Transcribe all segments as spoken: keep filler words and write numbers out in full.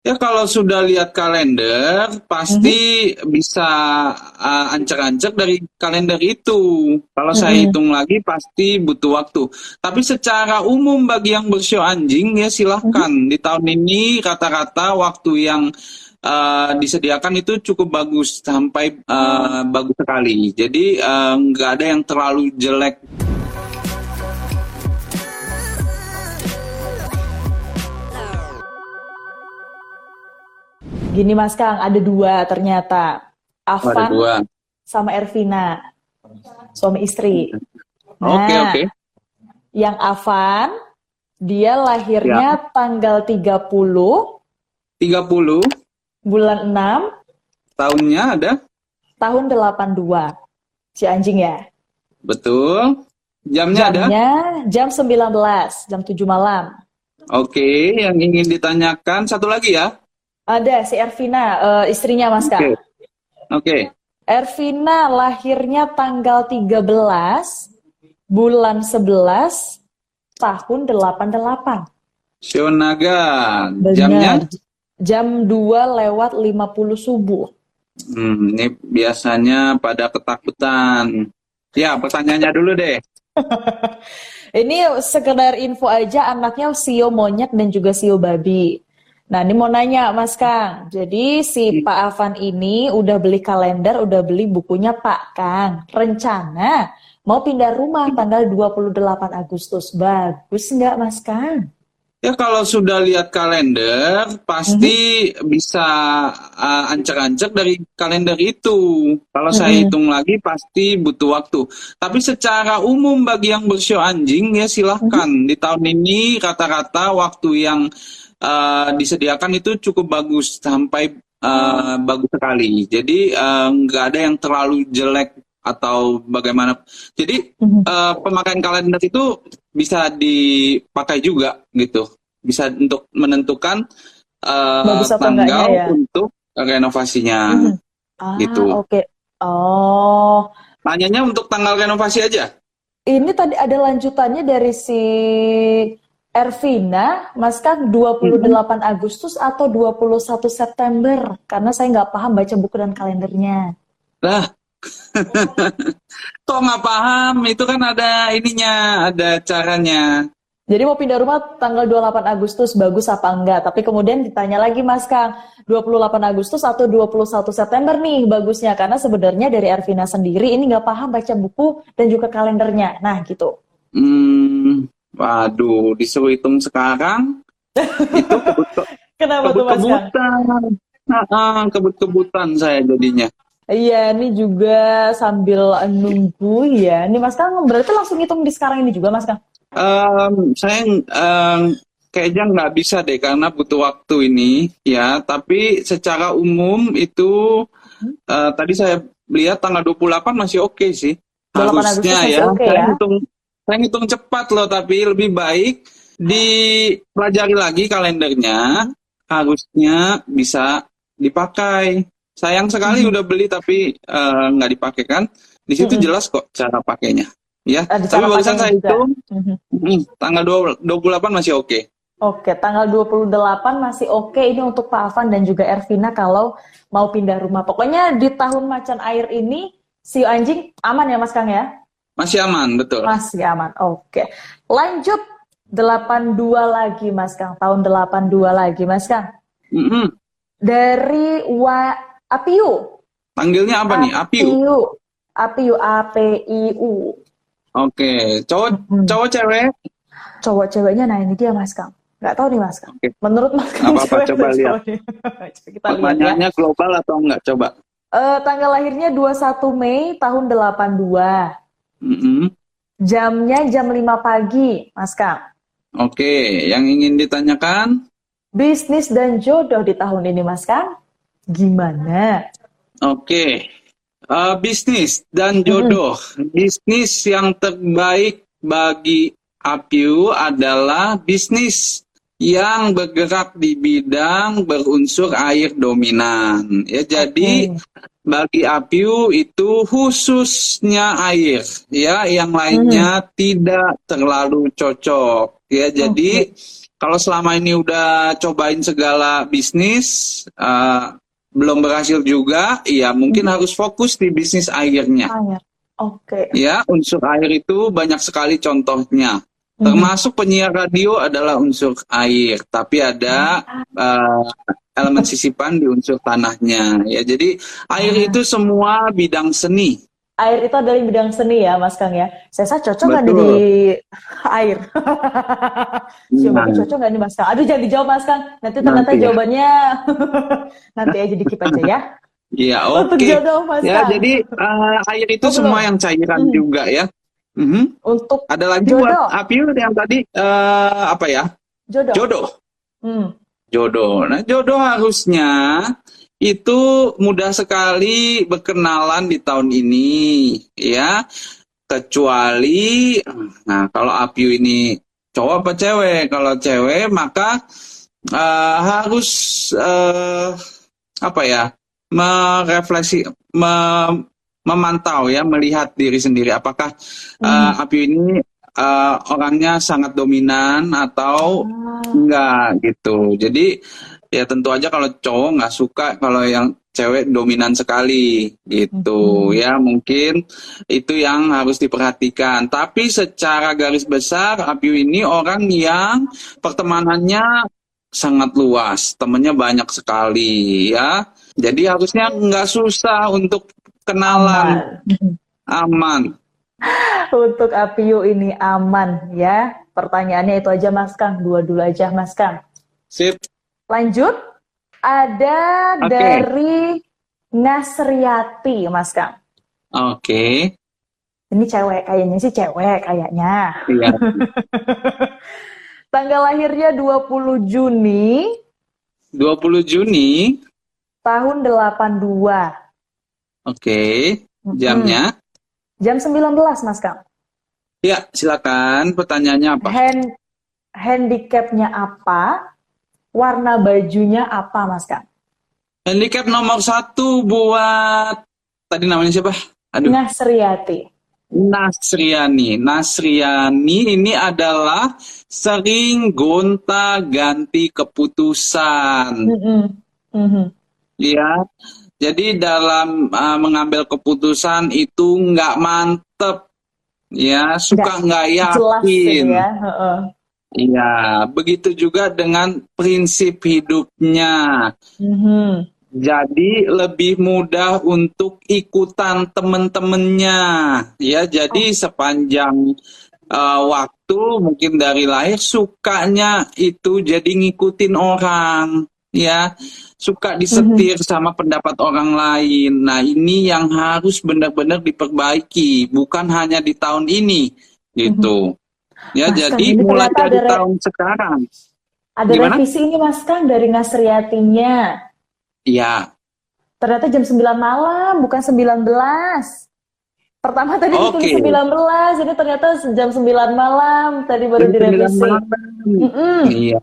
Ya kalau sudah lihat kalender Mhm, pasti bisa uh, ancak-ancak dari kalender itu. Kalau saya mhm. hitung lagi pasti butuh waktu. Tapi secara umum bagi yang bersio anjing ya Mhm. silahkan. Di tahun ini rata-rata waktu yang uh, disediakan itu cukup bagus sampai uh, Oh. bagus sekali. Jadi uh, nggak ada yang terlalu jelek. Gini Mas Kang, ada dua ternyata. Oh, ada Afan dua. sama Ervina, suami istri. Oke oke. Nah, yang Afan, dia Ya. lahirnya tanggal tiga puluh Tiga puluh bulan enam tahunnya ada. tahun delapan dua. Si anjing ya. Betul. Jamnya ada? Jamnya jam sembilan belas, jam tujuh malam. Oke, yang ingin ditanyakan satu lagi ya. Ada si Ervina, eh, istrinya Mas Kang. Oke, oke. Ervina lahirnya tanggal tiga belas bulan sebelas tahun delapan delapan. Sionaga, jamnya? Benar. Jam dua lewat lima puluh subuh. Hmm, ini biasanya pada ketakutan. Ya, pertanyaannya dulu deh. Ini sekedar info aja, anaknya sio monyet dan juga sio babi. Nah, ini mau nanya Mas Kang. Jadi si Pak Afan ini udah beli kalender, udah beli bukunya Pak Kang. Rencana mau pindah rumah tanggal dua puluh delapan Agustus. Bagus nggak Mas Kang? Ya kalau sudah lihat kalender Mhm, pasti bisa uh, ancak-ancak dari kalender itu. Kalau saya mhm, hitung lagi pasti butuh waktu. Tapi secara umum bagi yang bersio anjing ya mhm, silahkan. Di tahun ini rata-rata waktu yang uh, disediakan itu cukup bagus sampai uh, oh, bagus sekali. Jadi uh, nggak ada yang terlalu jelek atau bagaimana. Jadi mhm. uh, pemakaian kalender itu bisa dipakai juga gitu. Bisa untuk menentukan uh, Bagus atau enggaknya tanggal ya? untuk renovasinya Mhm. Ah, gitu. oke. Oh, Tanyanya untuk tanggal renovasi aja. ini tadi ada lanjutannya dari si Ervina, Mas kan Mm-mm. dua puluh delapan Agustus atau dua puluh satu September? Karena saya nggak paham baca buku dan kalendernya. Lah, kok nggak paham? Itu kan ada ininya, ada caranya. Jadi mau pindah rumah tanggal dua puluh delapan Agustus, bagus apa enggak? Tapi kemudian ditanya lagi Mas Kang, dua puluh delapan Agustus atau dua puluh satu September nih bagusnya? Karena sebenarnya dari Ervina sendiri ini nggak paham baca buku dan juga kalendernya. Nah gitu. Hmm, waduh, disuruh hitung sekarang, itu kebut Kenapa tuh Mas Kang? kebut-kebutan. Ah, kebut-kebutan saya jadinya. Iya, ini juga sambil nunggu ya. Ini Mas Kang berarti langsung hitung di sekarang ini juga Mas Kang? Em, saya em, kayaknya nggak bisa deh karena butuh waktu ini ya. Tapi secara umum itu eh, tadi saya lihat tanggal dua puluh delapan masih oke sih. dua puluh delapan Harusnya Agustus masih ya. oke Saya ya? hitung saya hitung cepat loh tapi lebih baik dipelajari lagi kalendernya. Hmm? Harusnya bisa dipakai. Sayang sekali Mhm. udah beli tapi eh, nggak dipakai kan. Di situ Mhm. jelas kok cara pakainya. Ya, Ada tapi cara barusan pakainya saya juga. hitung Mhm. Hmm, tanggal dua puluh delapan masih oke. Oke, tanggal dua puluh delapan masih oke ini untuk Pak Afan dan juga Ervina kalau mau pindah rumah. Pokoknya di tahun macan air ini si anjing aman ya Mas Kang ya? Masih aman, betul. Masih aman. Oke. Lanjut delapan dua lagi Mas Kang. Tahun delapan dua lagi Mas Kang. Mm-mm. Dari Wa Apiu. Panggilnya apa nih? Apiu. Apiu. Apiu A P I U. Oke, cowok Mm-mm. cowok cewek. Cowok ceweknya nah ini dia Mas Kang. Nggak tahu nih Mas Kang. Oke, Menurut Mas nggak Kang apa-apa. cewek Coba atau lihat. cowok nih? Coba kita lihat ya. Pertanyaannya global atau enggak? Coba. Eh, tanggal lahirnya dua puluh satu Mei tahun delapan dua. Mm-mm. Jamnya jam lima pagi, Mas Kang. Oke, yang ingin ditanyakan? Bisnis dan jodoh di tahun ini, Mas Kang. Gimana? Oke, Eh, bisnis dan Mm-mm. jodoh. Bisnis yang terbaik bagi Apiu adalah bisnis yang bergerak di bidang berunsur air dominan. Ya, jadi Oke. bagi Apiu itu khususnya air, ya, yang Mm. lainnya tidak terlalu cocok. Ya, jadi Oke. kalau selama ini udah cobain segala bisnis, uh, belum berhasil juga, ya mungkin Hmm. harus fokus di bisnis airnya. Air. Oke. Ya, unsur air itu banyak sekali contohnya. Mhm. Termasuk penyiar radio adalah unsur air, tapi ada uh, elemen sisipan di unsur tanahnya. Ya, jadi air Ah. itu semua bidang seni. Air itu adalah bidang seni ya, Mas Kang ya. Saya cocok nggak nih di Betul. air? Sio Nah, Babi cocok nggak nih, Mas Kang? Aduh, jangan dijawab, Mas Kang. Nanti ternyata nanti ya. jawabannya nanti aja dikip aja ya. Iya, Untuk oke. jodoh, Mas Ya, Kang. jadi uh, air itu Oh, semua belum. yang cairan Hmm. juga ya. Mhm. Untuk Ada lagi buat jodoh. Apiu yang tadi uh, apa ya? Jodoh. Jodoh. Hmm. Jodoh. Nah, jodoh harusnya itu mudah sekali berkenalan di tahun ini, ya. Kecuali, nah kalau Apiu ini cowok apa cewek? Kalau cewek maka uh, harus uh, apa ya? Merefleksi, me- memantau ya, melihat diri sendiri. Apakah uh, Hmm. Apiu ini uh, orangnya sangat dominan atau Ah. enggak gitu. Jadi ya tentu aja kalau cowok nggak suka kalau yang cewek dominan sekali gitu Mhm. ya, mungkin itu yang harus diperhatikan. Tapi secara garis besar Apiu ini orang yang pertemanannya sangat luas, temennya banyak sekali ya. Jadi harusnya nggak susah untuk kenalan, Aman. aman. Untuk Apiu ini aman ya. Pertanyaannya itu aja, Mas Kang. Dua dulu aja, Mas Kang. Sip. Lanjut. Ada Oke. dari Nasriati, Mas Kang. Oke. Ini cewek, kayaknya sih cewek kayaknya. Iya. Tanggal lahirnya dua puluh Juni dua puluh Juni. tahun delapan dua. Oke. Mm-mm. Jamnya? Jam sembilan belas, Mas Kang. Ya, silakan. Pertanyaannya apa? Hand, handicapnya apa? Warna bajunya apa, Mas Kang? Handicap nomor satu buat tadi namanya siapa? Aduh, Nasriati. Nasriani. Nasriani ini adalah sering gonta-ganti keputusan. Mm-mm. Mhm. Ya, jadi dalam uh, mengambil keputusan itu nggak mantep, ya, suka nggak Jelas yakin. gitu ya. Heeh. Iya, begitu juga dengan prinsip hidupnya. Mhm. Jadi lebih mudah untuk ikutan temen-temennya, ya. Jadi sepanjang uh, waktu mungkin dari lahir sukanya itu jadi ngikutin orang, ya. Suka disetir sama pendapat orang lain. Nah, ini yang harus benar-benar diperbaiki, bukan hanya di tahun ini, gitu. Ya, Mas Kang, jadi ini mulai ternyata dari ada re- tahun sekarang. Ada Gimana? revisi ini, Mas Kang, dari Nasriatinya. Ya, Ternyata jam sembilan malam, bukan sembilan belas. Pertama tadi ditulis oke. sembilan belas, ini ternyata jam sembilan malam. Tadi baru Jam sembilan direvisi. malam. Mm-mm. Iya.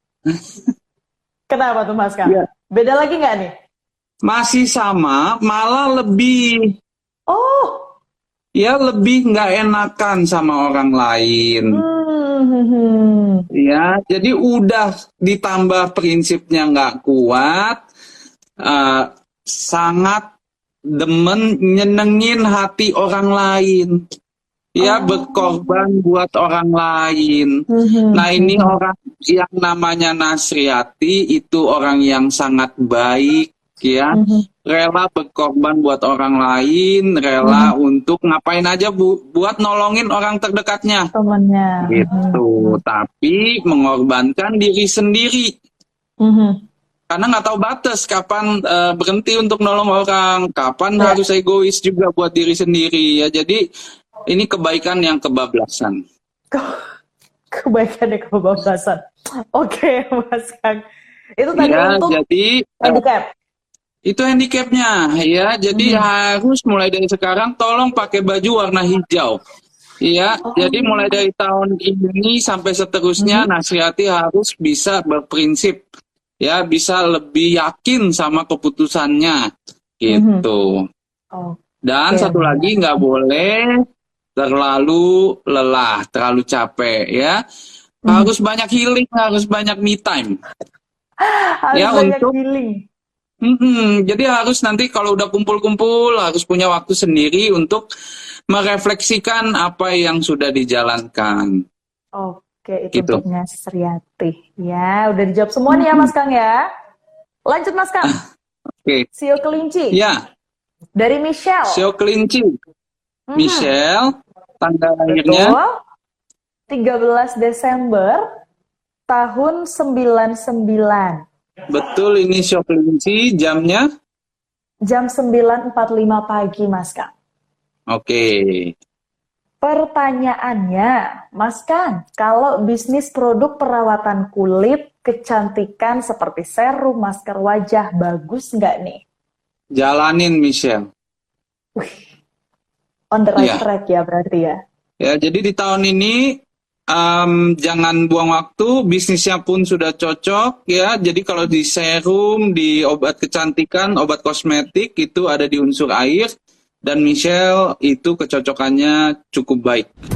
Kenapa tuh, Mas Kang? Iya. Beda lagi nggak nih? Masih sama, malah lebih, Oh, ya lebih nggak enakan sama orang lain. hmm. Ya, jadi udah ditambah prinsipnya nggak kuat, eh, sangat demen nyenengin hati orang lain. Ya, Oh. berkorban buat orang lain. Mhm. Nah, ini orang yang namanya Nasriati itu orang yang sangat baik, ya. Mhm. Rela berkorban buat orang lain, rela untuk ngapain aja bu, buat nolongin orang terdekatnya. Temennya. Gitu. Tapi mengorbankan diri sendiri. Mhm. Karena nggak tahu batas kapan eh, berhenti untuk nolong orang, kapan Ya. harus egois juga buat diri sendiri, ya. Jadi ini kebaikan yang kebablasan. Ke- Kebaikan dan kebablasan. Oke, Mas Kang. Itu tadi Ya, untuk jadi eh, handicap. itu handicapnya, ya. Jadi harus mulai dari sekarang tolong pakai baju warna hijau. Ya, Oh. jadi mulai dari tahun ini sampai seterusnya Nasriati harus bisa berprinsip, ya, bisa lebih yakin sama keputusannya, gitu. Oh. Dan Oke. satu lagi nggak boleh terlalu lelah, terlalu capek, ya. Harus banyak healing, harus banyak me time. Harus Ya, banyak untuk healing. Mm-mm. Jadi harus nanti kalau udah kumpul-kumpul harus punya waktu sendiri untuk merefleksikan apa yang sudah dijalankan. Oke, itu Gitu. untuknya Sriati. Ya, udah dijawab semua nih ya Mm-mm. Mas Kang ya. Lanjut Mas Kang. Oke. Sio kelinci Ya, dari Michelle. Sio kelinci. Mhm. Michelle, tanggal lahirnya Betul. tiga belas Desember tahun sembilan puluh sembilan. betul, ini Sio kelinci, jamnya. Jam sembilan empat puluh lima pagi Mas Kang. Oke. Pertanyaannya, Mas Kang, kalau bisnis produk perawatan kulit, kecantikan seperti serum, masker wajah, bagus nggak nih? Jalanin, Michelle. On the right Iya. track ya berarti ya. Ya, jadi di tahun ini em, jangan buang waktu, bisnisnya pun sudah cocok ya. Jadi kalau di serum, di obat kecantikan, obat kosmetik itu ada di unsur air, dan Michelle itu kecocokannya cukup baik.